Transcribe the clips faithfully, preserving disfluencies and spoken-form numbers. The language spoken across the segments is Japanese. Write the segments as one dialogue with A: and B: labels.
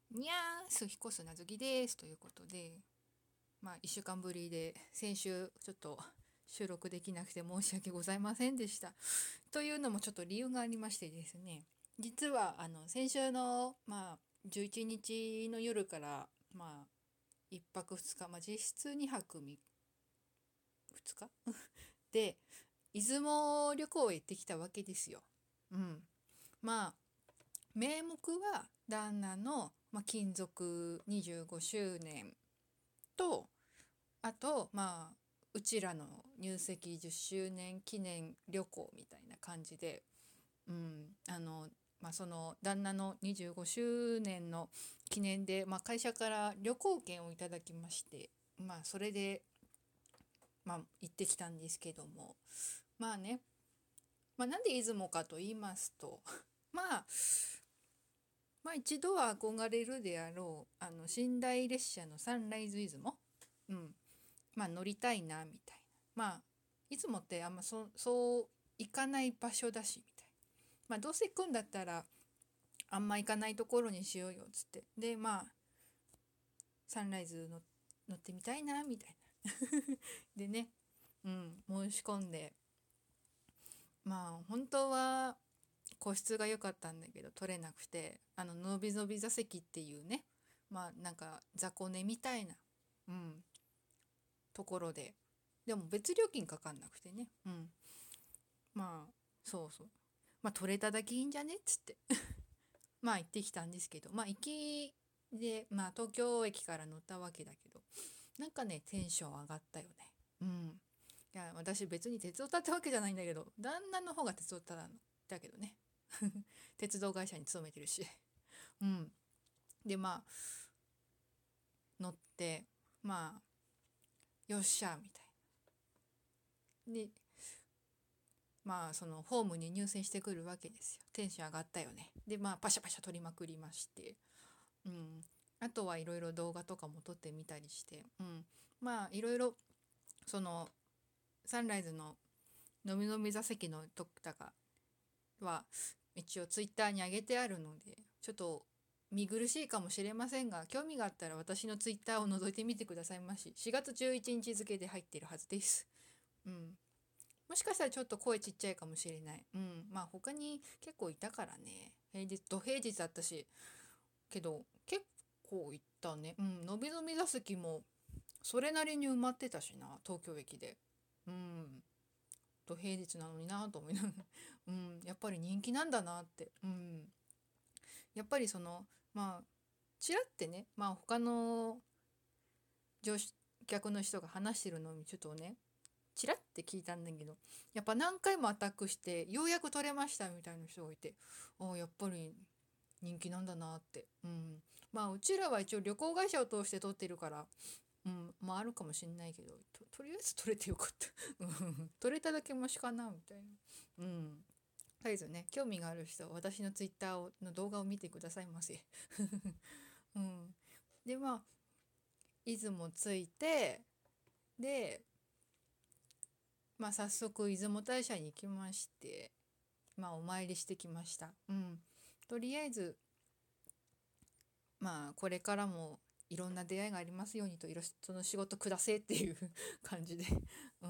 A: にゃーす、彦砂月ですということで、まあいっしゅうかんぶりで先週ちょっと収録できなくて申し訳ございませんでした。というのもちょっと理由がありましてですね、実はあの先週のまあじゅういちにちの夜からまあいっぱくふつか、まあ、実質にはくみふつかで出雲旅行へ行ってきたわけですよ。うん。まあ名目は旦那の、まあ、勤続にじゅうごしゅうねんと、あとまあうちらの入籍じゅっしゅうねん記念旅行みたいな感じで、うん、あの、まあ、その旦那のにじゅうごしゅうねんの記念で、まあ、会社から旅行券をいただきまして、まあ、それで、まあ、行ってきたんですけども、まあね、まあ、なんで出雲かと言いますとまあまあ一度は憧れるであろうあの寝台列車のサンライズ出雲、うん、まあ乗りたいなみたいな。まあいつもってあんまそそう行かない場所だしみたいな。まあどうせ行くんだったらあんま行かないところにしようよっつって、でまあサンライズの乗ってみたいなみたいなでね、うん、申し込んで、まあ本当は個室が良かったんだけど取れなくて、あののびのび座席っていうね、まあなんか雑魚寝みたいな、うん、ところで、でも別料金かかんなくてね、うん、まあそうそう、まあ取れただけいいんじゃねっつってまあ行ってきたんですけど、まあ行きでまあ東京駅から乗ったわけだけど、なんかねテンション上がったよね。うん。いや私別に鉄オタってわけじゃないんだけど、旦那の方が鉄オタだだけどね鉄道会社に勤めてるしうん。でまあ乗って、まあよっしゃみたいな。でまあそのホームに入線してくるわけですよ。テンション上がったよね。でまあパシャパシャ撮りまくりまして、うん、あとはいろいろ動画とかも撮ってみたりして、うん、まあいろいろそのサンライズののみのみ座席のとったかは一応ツイッターに上げてあるので、ちょっと見苦しいかもしれませんが、興味があったら私のツイッターを覗いてみてくださいまし。しがつじゅういちにち付で入ってるはずです。うん。もしかしたらちょっと声ちっちゃいかもしれない。うん。まあ他に結構いたからね。平日、土平日だったし。けど結構いったね。うん。のびのび座席もそれなりに埋まってたしな。東京駅で。うん。土平日なのになと思いながら。うん。やっぱり人気なんだなって。うん。やっぱりその、まあ、ちらってね、まあ他の乗客の人が話してるのをちょっとね、チラって聞いたんだけど、やっぱ何回もアタックしてようやく取れましたみたいな人がいて、ああやっぱり人気なんだなって。うん、まあうちらは一応旅行会社を通して取ってるから、うん、まああるかもしんないけど、と、とりあえず取れてよかったうん取れただけマシかなみたいな。うん、とりあえずね、興味がある人は私のツイッターをの動画を見てくださいませうん、でまあ出雲着いて、でまあ早速出雲大社に行きまして、まあお参りしてきました。うん。とりあえずまあこれからもいろんな出会いがありますようにと、いろその仕事くだせっていう感じでうん、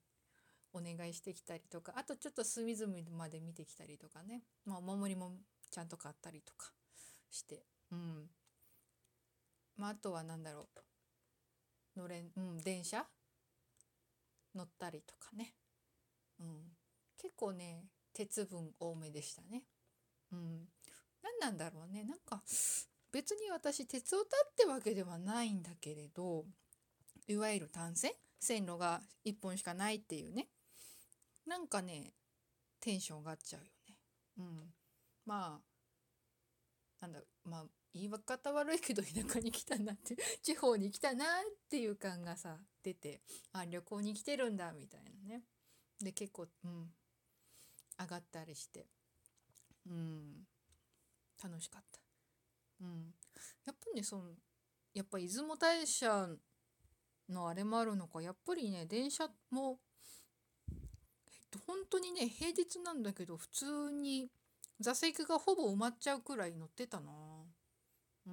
A: お願いしてきたりとか、あとちょっと隅々まで見てきたりとかね、まあお守りもちゃんと買ったりとかして、うん、まああとは何だろう、のれん、うん、電車乗ったりとかね、うん、結構ね鉄分多めでしたね。うん、何なんだろうね、なんか別に私鉄オタってわけではないんだけれど、いわゆる単線線路がいっぽんしかないっていうね、なんかねテンション上がっちゃうよね。うん、まあなんだまあ言い方悪いけど田舎に来たなって地方に来たなっていう感がさ出て、あ旅行に来てるんだみたいなね。で結構、うん、上がったりして、うん、楽しかった。うん、やっぱりそのやっぱ出雲大社のあれもあるのか、やっぱりね電車も本当にね平日なんだけど普通に座席がほぼ埋まっちゃうくらい乗ってたな。 うん、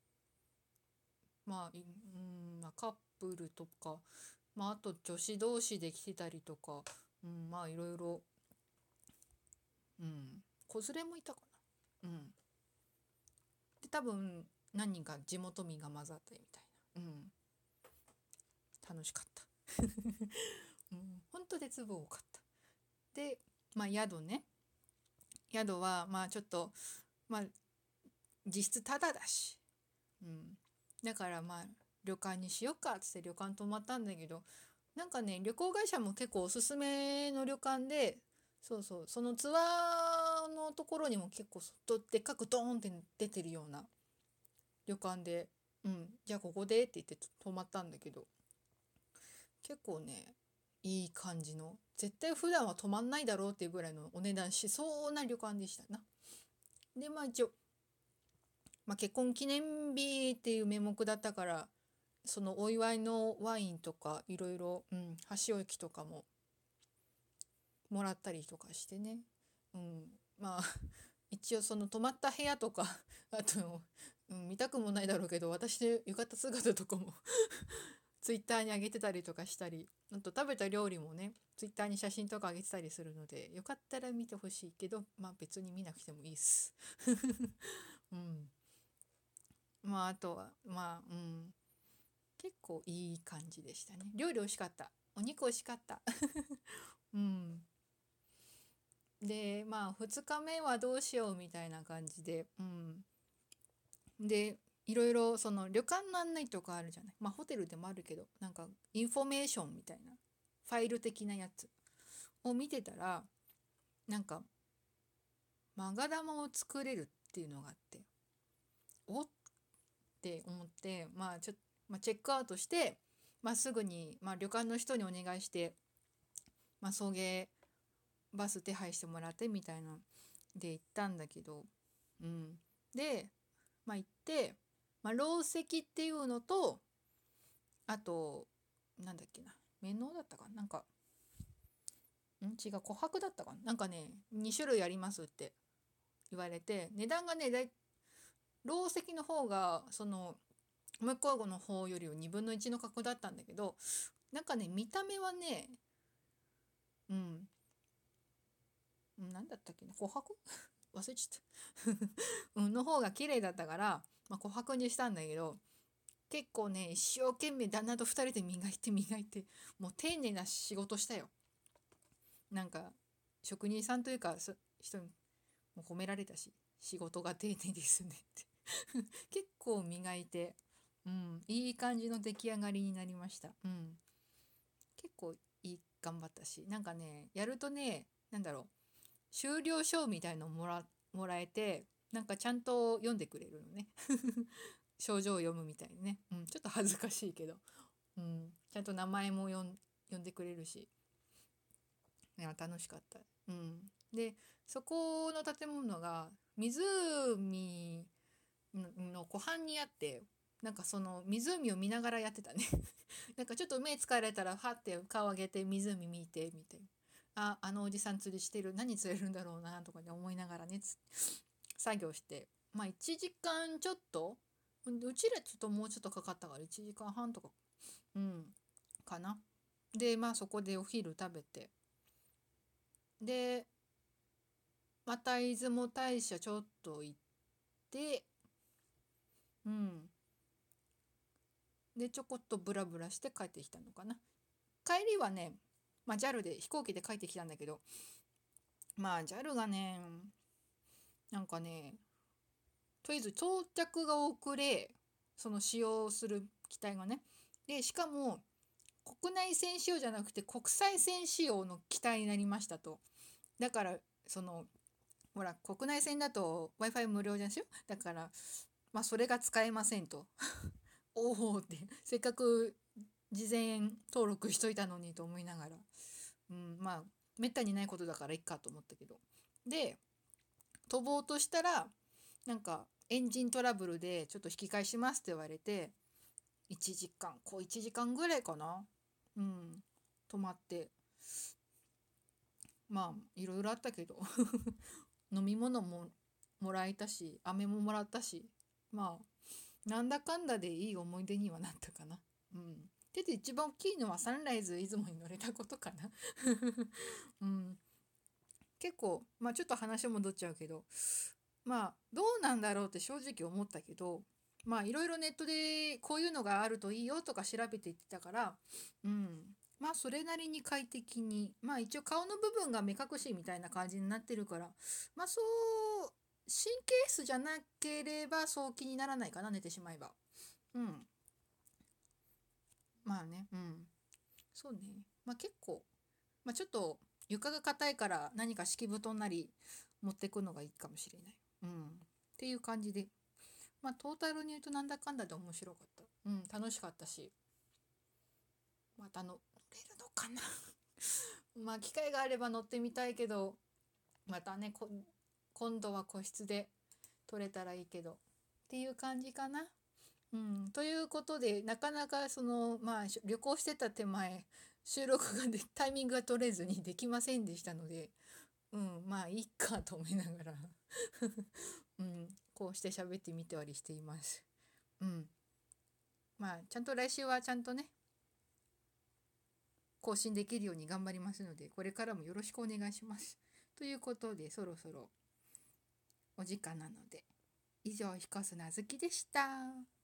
A: まあ、いうん、まあカップルとか、まあ、あと女子同士で来てたりとか、うん、まあいろいろ、うん、子連れもいたかな。うん、で多分何人か地元民が混ざってみたいな、うん、楽しかった、うん、ほんと絶望多かった。で、まあ宿ね、宿はまあちょっと、まあ実質タダだし、うん、だからまあ旅館にしようかっつって旅館泊まったんだけど、なんかね旅行会社も結構おすすめの旅館で、そうそう、そのツアーのところにも結構とでっかくドーンって出てるような旅館で、うん、じゃあここでって言って泊まったんだけど、結構ねいい感じの、絶対普段は泊まんないだろうっていうぐらいのお値段しそうな旅館でしたな。でまあ一応、まあ、結婚記念日っていう名目だったから、そのお祝いのワインとかいろいろ、うん、箸置きとかももらったりとかしてね、うん、まあ一応その泊まった部屋とかあと、うん、見たくもないだろうけど私の浴衣姿とかもツイッターに上げてたりとかしたり、あと食べた料理もねツイッターに写真とか上げてたりするので、よかったら見てほしいけど、まあ別に見なくてもいいっすうん、まああとはまあ、うん、結構いい感じでしたね。料理美味しかった、お肉美味しかったうん、でまあふつかめはどうしようみたいな感じで、うん、でいろいろその旅館の案内とかあるじゃない、まあホテルでもあるけど、なんかインフォメーションみたいなファイル的なやつを見てたら、なんかマガ玉を作れるっていうのがあって、おって思って、まあちょ、まあ、チェックアウトして、まあ、すぐに、まあ、旅館の人にお願いして、まあ、送迎バス手配してもらってみたいなで行ったんだけど、うん、で、まあ、行って、まあ、ろう石っていうのと、あとなんだっけな、面のだったかな、なんかん違う琥珀だったかな、なんかねに種類ありますって言われて、値段がねだいろう石の方がその向こうの方よりはにぶんのいちの価格だったんだけど、なんかね見た目はね、うんなんだったっけな、琥珀忘れちゃったうんの方が綺麗だったから、まあ、琥珀にしたんだけど、結構ね一生懸命旦那とふたりで磨いて磨いて、もう丁寧な仕事したよ。なんか職人さんというか人にも褒められたし、仕事が丁寧ですねって結構磨いて、うん、いい感じの出来上がりになりました。うん、結構いい頑張ったし、なんかねやるとね、なんだろう、終了証みたいのもらもらえて、なんかちゃんと読んでくれるのね症状を読むみたいにね、うん、ちょっと恥ずかしいけど、うん、ちゃんと名前も読ん呼んでくれるし、いや楽しかった。うん、でそこの建物が湖の湖畔にあって、なんかその湖を見ながらやってたねなんかちょっと目疲れたらはって顔上げて湖見てみたいな、ああのおじさん釣りしてる、何釣れるんだろうなとかで思いながらね作業して、まあいちじかんちょっと、うちらちょっともうちょっとかかったからいちじかんはんとか、うんかな。でまあそこでお昼食べて、でまた出雲大社ちょっと行って、うん、でちょこっとブラブラして帰ってきたのかな。帰りはね、まあ、ジャル で飛行機で帰ってきたんだけど、まあ ジャル がねなんかね、とりあえず到着が遅れ、その使用する機体がね、でしかも国内線仕様じゃなくて国際線仕様の機体になりましたと。だからそのほら国内線だと ワイファイ 無料じゃんしょ、だからまあそれが使えませんとおおって、せっかく事前登録しといたのにと思いながら、うん、まあめったにないことだからいっかと思ったけど、で飛ぼうとしたらなんかエンジントラブルでちょっと引き返しますって言われて、いちじかんこういちじかんぐらいかな、うん、止まって、まあいろいろあったけど飲み物ももらえたし飴ももらったし、 まあなんだかんだでいい思い出にはなったかな。うん。でで一番大きいのはサンライズ出雲に乗れたことかな。うん。結構まあちょっと話戻っちゃうけど、まあどうなんだろうって正直思ったけど、まあいろいろネットでこういうのがあるといいよとか調べていってたから、うん、まあそれなりに快適に、まあ一応顔の部分が目隠しみたいな感じになってるから、まあそう神経質じゃなければそう気にならないかな、寝てしまえば。うん、まあね、うん、そうね。まあ結構、まあちょっと床が硬いから何か敷布団なり持ってくのがいいかもしれない。うん、っていう感じで。まあトータルに言うとなんだかんだで面白かった。うん、楽しかったし、またの乗れるのかな。まあ機会があれば乗ってみたいけど、またね、こ今度は個室で撮れたらいいけどっていう感じかな。うん、ということでなかなかそのまあ旅行してた手前収録がでタイミングが取れずにできませんでしたので、うん、まあいいかと思いながらうん、こうして喋ってみてはりしています。うん、まあちゃんと来週はちゃんとね更新できるように頑張りますので、これからもよろしくお願いします。ということでそろそろお時間なので、以上、ひこすなずきでした。